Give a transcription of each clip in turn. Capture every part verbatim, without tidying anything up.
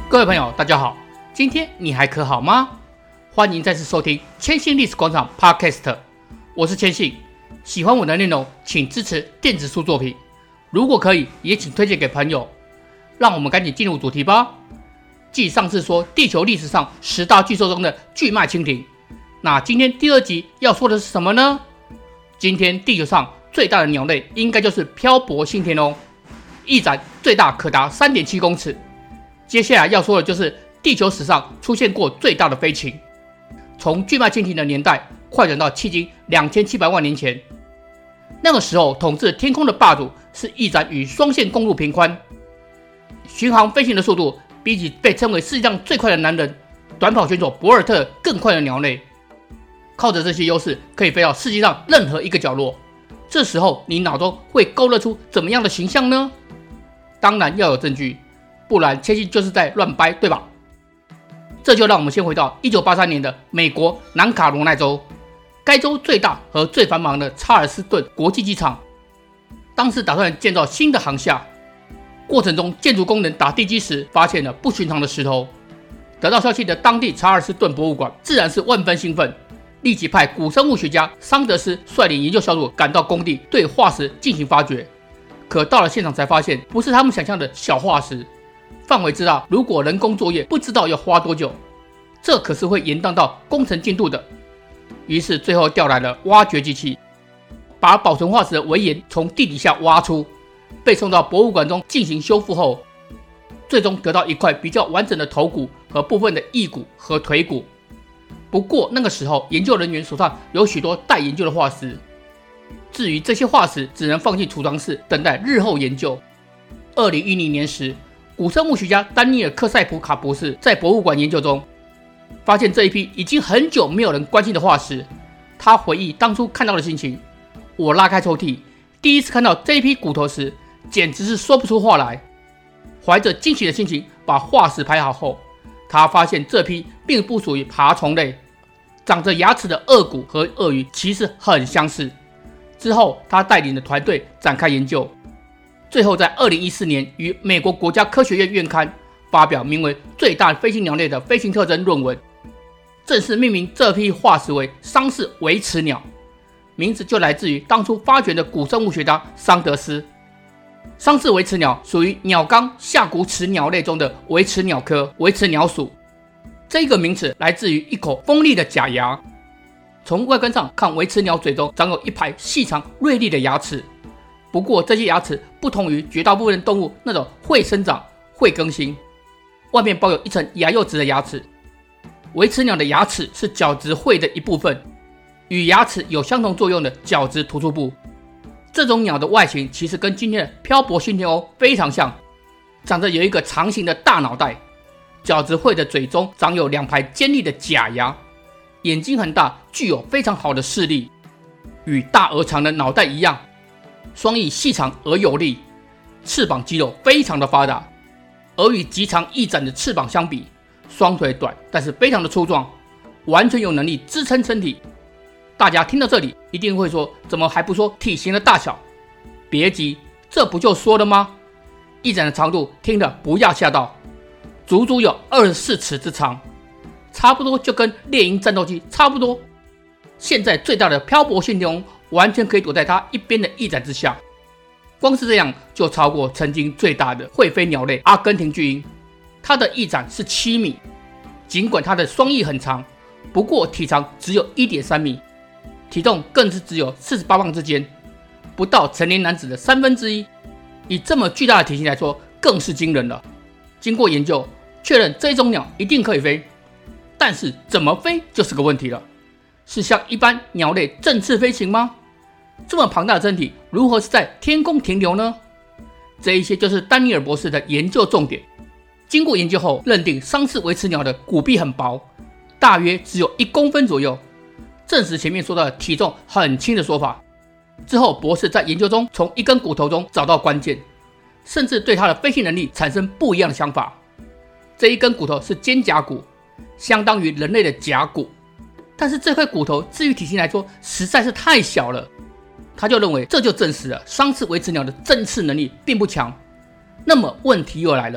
各位朋友大家好，今天你还可好吗？欢迎再次收听千信历史广场 Podcast， 我是千信。喜欢我的内容请支持电子书作品，如果可以也请推荐给朋友。让我们赶紧进入主题吧。继上次说地球历史上十大巨兽中的巨脉蜻蜓，那今天第二集要说的是什么呢？今天地球上最大的鸟类应该就是漂泊信天翁，翼展最大可达 三点七公尺。接下来要说的就是地球史上出现过最大的飞禽，从巨脉蜻蜓的年代快转到迄今两千七百万年前。那个时候统治天空的霸主是翼展与双线公路平宽，巡航飞行的速度比起被称为世界上最快的男人短跑选手博尔特更快的鸟类。靠着这些优势可以飞到世界上任何一个角落。这时候你脑中会勾勒出怎么样的形象呢？当然要有证据，不然千信就是在乱掰，对吧？这就让我们先回到一九八三年的美国南卡罗来州，该州最大和最繁忙的查尔斯顿国际机场。当时打算建造新的航厦，过程中建筑工人打地基时发现了不寻常的石头。得到消息的当地查尔斯顿博物馆自然是万分兴奋，立即派古生物学家桑德斯率领研究小组赶到工地对化石进行发掘。可到了现场才发现，不是他们想象的小化石，范围之大，如果人工作业不知道要花多久，这可是会延宕到工程进度的。于是最后调来了挖掘机器，把保存化石的围岩从地底下挖出，被送到博物馆中进行修复后，最终得到一块比较完整的头骨和部分的翼骨和腿骨。不过那个时候研究人员手上有许多待研究的化石，至于这些化石只能放进储藏室等待日后研究。二零一零年时，古生物学家丹尼尔·克塞普卡博士在博物馆研究中发现这一批已经很久没有人关心的化石。他回忆当初看到的心情：我拉开抽屉，第一次看到这一批骨头时，简直是说不出话来。怀着惊喜的心情把化石排好后，他发现这批并不属于爬虫类，长着牙齿的鳄骨和鳄鱼其实很相似。之后他带领的团队展开研究，最后在二零一四年于美国国家科学院院刊发表名为《最大飞行鸟类的飞行特征》论文，正式命名这批化石为桑氏维齿鸟，名字就来自于当初发掘的古生物学家桑德斯。桑氏维齿鸟属于鸟纲下骨齿鸟类中的维齿鸟科维齿鸟属，这个名词来自于一口锋利的假牙。从外观上看，维齿鸟嘴中长有一排细长锐利的牙齿，不过这些牙齿不同于绝大部分动物那种会生长会更新，外面包有一层牙釉质的牙齿。维齿鸟的牙齿是角质喙的一部分，与牙齿有相同作用的角质突出部。这种鸟的外形其实跟今天的漂泊信天翁非常像，长着有一个长形的大脑袋，角质喙的嘴中长有两排尖利的假牙，眼睛很大，具有非常好的视力，与大而长的脑袋一样，双翼细长而有力，翅膀肌肉非常的发达。而与极长翼展的翅膀相比，双腿短但是非常的粗壮，完全有能力支撑身体。大家听到这里一定会说，怎么还不说体型的大小？别急，这不就说了吗？翼展的长度听了不要吓到，足足有二十四尺之长，差不多就跟猎鹰战斗机差不多。现在最大的漂泊信天翁完全可以躲在它一边的翼展之下，光是这样就超过曾经最大的会飞鸟类阿根廷巨鹰，它的翼展是七米。尽管它的双翼很长，不过体长只有 一点三米，体重更是只有四十八磅之间，不到成年男子的三分之一。以这么巨大的体型来说，更是惊人了。经过研究确认，这种鸟一定可以飞，但是怎么飞就是个问题了。是像一般鸟类振翅飞行吗？这么庞大的身体如何是在天空停留呢？这一些就是丹尼尔博士的研究重点。经过研究后，认定桑氏维齿鸟的骨壁很薄，大约只有一公分左右，证实前面说到的体重很轻的说法。之后博士在研究中从一根骨头中找到关键，甚至对它的飞行能力产生不一样的想法。这一根骨头是肩胛骨，相当于人类的甲骨，但是这块骨头至于体型来说实在是太小了。他就认为这就证实了桑氏维齿鸟的振翅能力并不强。那么问题又来了，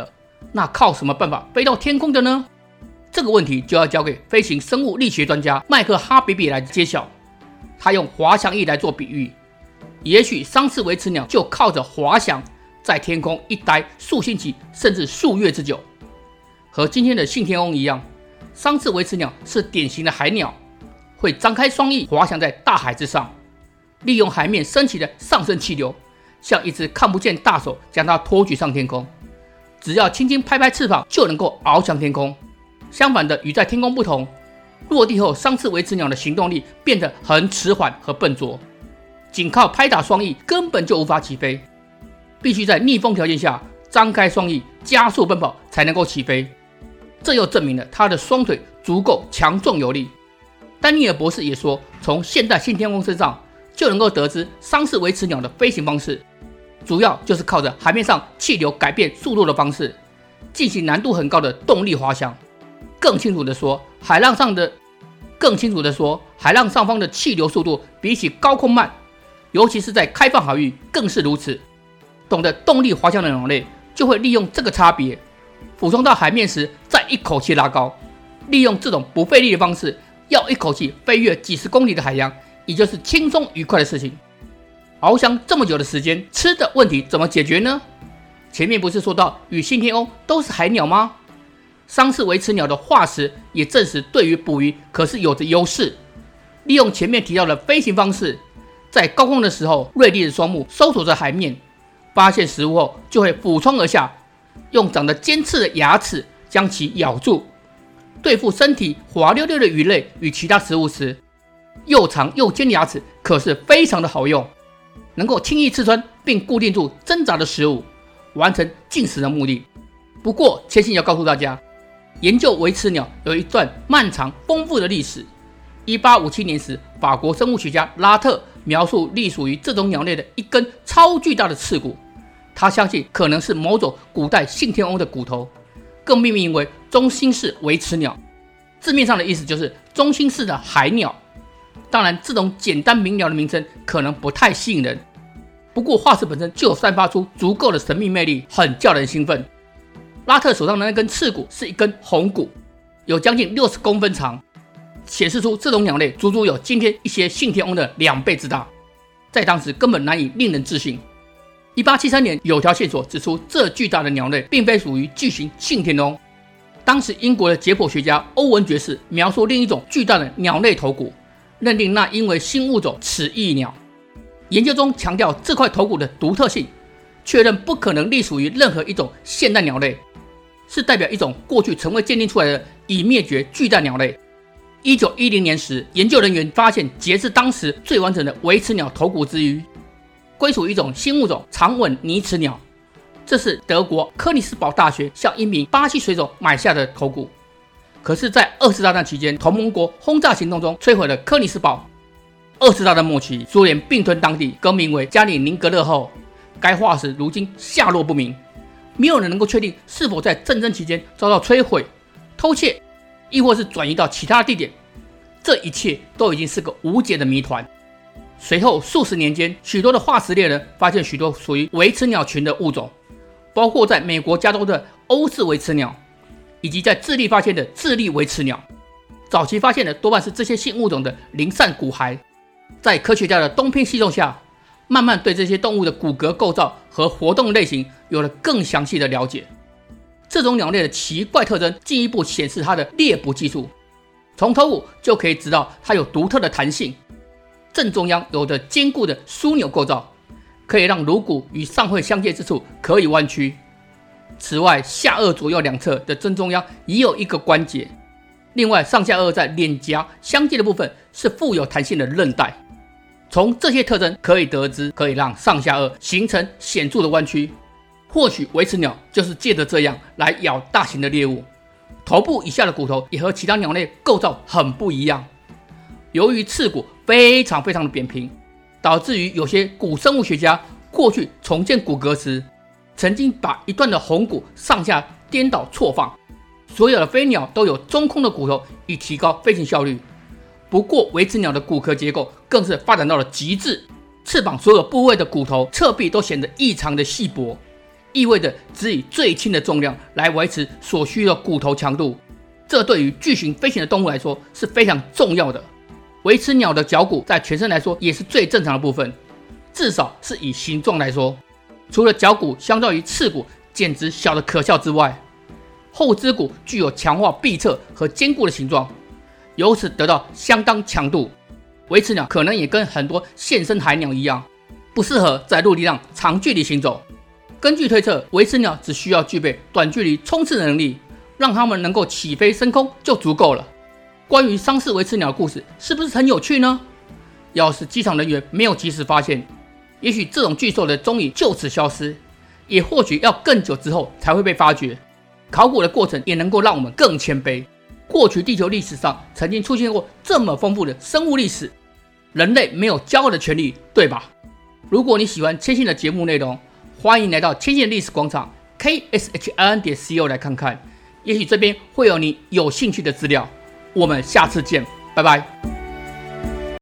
那靠什么办法飞到天空的呢？这个问题就要交给飞行生物力学专家麦克哈比比来揭晓。他用滑翔翼来做比喻，也许桑刺维齿鸟就靠着滑翔在天空一待数星期甚至数月之久。和今天的信天翁一样，桑刺维齿鸟是典型的海鸟，会张开双翼滑翔在大海之上，利用海面升起的上升气流，像一只看不见大手将它托举上天空，只要轻轻拍拍翅膀就能够翱翔天空。相反的，与在天空不同，落地后桑刺维齿鸟的行动力变得很迟缓和笨拙，仅靠拍打双翼根本就无法起飞，必须在逆风条件下张开双翼加速奔跑才能够起飞。这又证明了它的双腿足够强壮有力。丹尼尔博士也说，从现代信天翁身上就能够得知桑刺维齿鸟的飞行方式，主要就是靠着海面上气流改变速度的方式，进行难度很高的动力滑翔。更清楚的说，海浪上的更清楚的说，海浪上方的气流速度比起高空慢，尤其是在开放海域更是如此。懂得动力滑翔的鸟类就会利用这个差别，俯冲到海面时再一口气拉高，利用这种不费力的方式，要一口气飞越几十公里的海洋，也就是轻松愉快的事情。翱翔这么久的时间，吃的问题怎么解决呢？前面不是说到与信天翁都是海鸟吗？桑刺维齿鸟的化石也证实对于捕鱼可是有着优势。利用前面提到的飞行方式，在高空的时候，锐利的双目搜索着海面，发现食物后就会俯冲而下，用长得尖刺的牙齿将其咬住。对付身体滑溜溜的鱼类与其他食物时，又长又尖的牙齿可是非常的好用，能够轻易刺穿并固定住挣扎的食物，完成进食的目的。不过千信要告诉大家，研究维齿鸟有一段漫长丰富的历史。一八五七年时，法国生物学家拉特描述隶属于这种鸟类的一根超巨大的刺骨，他相信可能是某种古代信天翁的骨头，更命名为中心式维齿鸟，字面上的意思就是中心式的海鸟。当然，这种简单明了的名称可能不太吸引人，不过化石本身就有散发出足够的神秘魅力，很叫人兴奋。拉特手上的那根刺骨是一根红骨，有将近六十公分长，显示出这种鸟类足足有今天一些信天翁的两倍之大，在当时根本难以令人置信。一八七三年，有条线索指出这巨大的鸟类并非属于巨型信天翁。当时英国的解剖学家欧文爵士描述另一种巨大的鸟类头骨，认定那因为新物种齿翼鸟。研究中强调这块头骨的独特性，确认不可能隶属于任何一种现代鸟类，是代表一种过去曾未鉴定出来的已灭绝巨大鸟类。一九一零年时，研究人员发现截至当时最完整的维齿鸟头骨之一，归属一种新物种长吻拟齿鸟。这是德国柯尼斯堡大学向一名巴西水手买下的头骨，可是在二次大战期间，同盟国轰炸行动中摧毁了柯尼斯堡。二次大战末期，苏联并吞当地，更名为加里宁格勒后，该化石如今下落不明，没有人能够确定是否在战争期间遭到摧毁、偷窃，亦或是转移到其他地点。这一切都已经是个无解的谜团。随后数十年间，许多的化石猎人发现许多属于维齿鸟群的物种，包括在美国加州的欧氏维齿鸟，以及在智利发现的智利维齿鸟。早期发现的多半是这些新物种的零散骨骸。在科学家的东拼西凑下，慢慢对这些动物的骨骼构造和活动类型有了更详细的了解。这种鸟类的奇怪特征进一步显示它的猎捕技术。从头骨就可以知道它有独特的弹性，正中央有着坚固的枢纽构造，可以让颅骨与上喙相接之处可以弯曲。此外，下颚左右两侧的正中央也有一个关节。另外，上下颚在脸颊相接的部分是富有弹性的韧带。从这些特征可以得知，可以让上下颚形成显著的弯曲。或许维齿鸟就是借着这样来咬大型的猎物。头部以下的骨头也和其他鸟类构造很不一样。由于刺骨非常非常的扁平，导致于有些古生物学家过去重建骨骼时，曾经把一段的红骨上下颠倒错放。所有的飞鸟都有中空的骨头，以提高飞行效率。不过维齿鸟的骨骼结构更是发展到了极致，翅膀所有部位的骨头侧壁都显得异常的细薄， 意味着只以最轻的重量来维持所需的骨头强度，这对于巨型飞行的动物来说是非常重要的。维持鸟的脚骨在全身来说也是最正常的部分，至少是以形状来说，除了脚骨相较于翅骨简直小得可笑之外，后肢骨具有强化臂侧和坚固的形状，由此得到相当强度。维持鸟可能也跟很多现生海鸟一样，不适合在陆地上长距离行走。根据推测，维持鸟只需要具备短距离冲刺的能力，让它们能够起飞升空就足够了。关于伤势维持鸟的故事是不是很有趣呢？要是机场人员没有及时发现，也许这种巨兽的踪影就此消失，也或许要更久之后才会被发觉。考古的过程也能够让我们更谦卑。过去地球历史上曾经出现过这么丰富的生物历史，人类没有骄傲的权利，对吧？如果你喜欢千信的节目内容，欢迎来到千信的历史广场 K S H I N 点 C O 来看看，也许这边会有你有兴趣的资料。我们下次见，拜拜。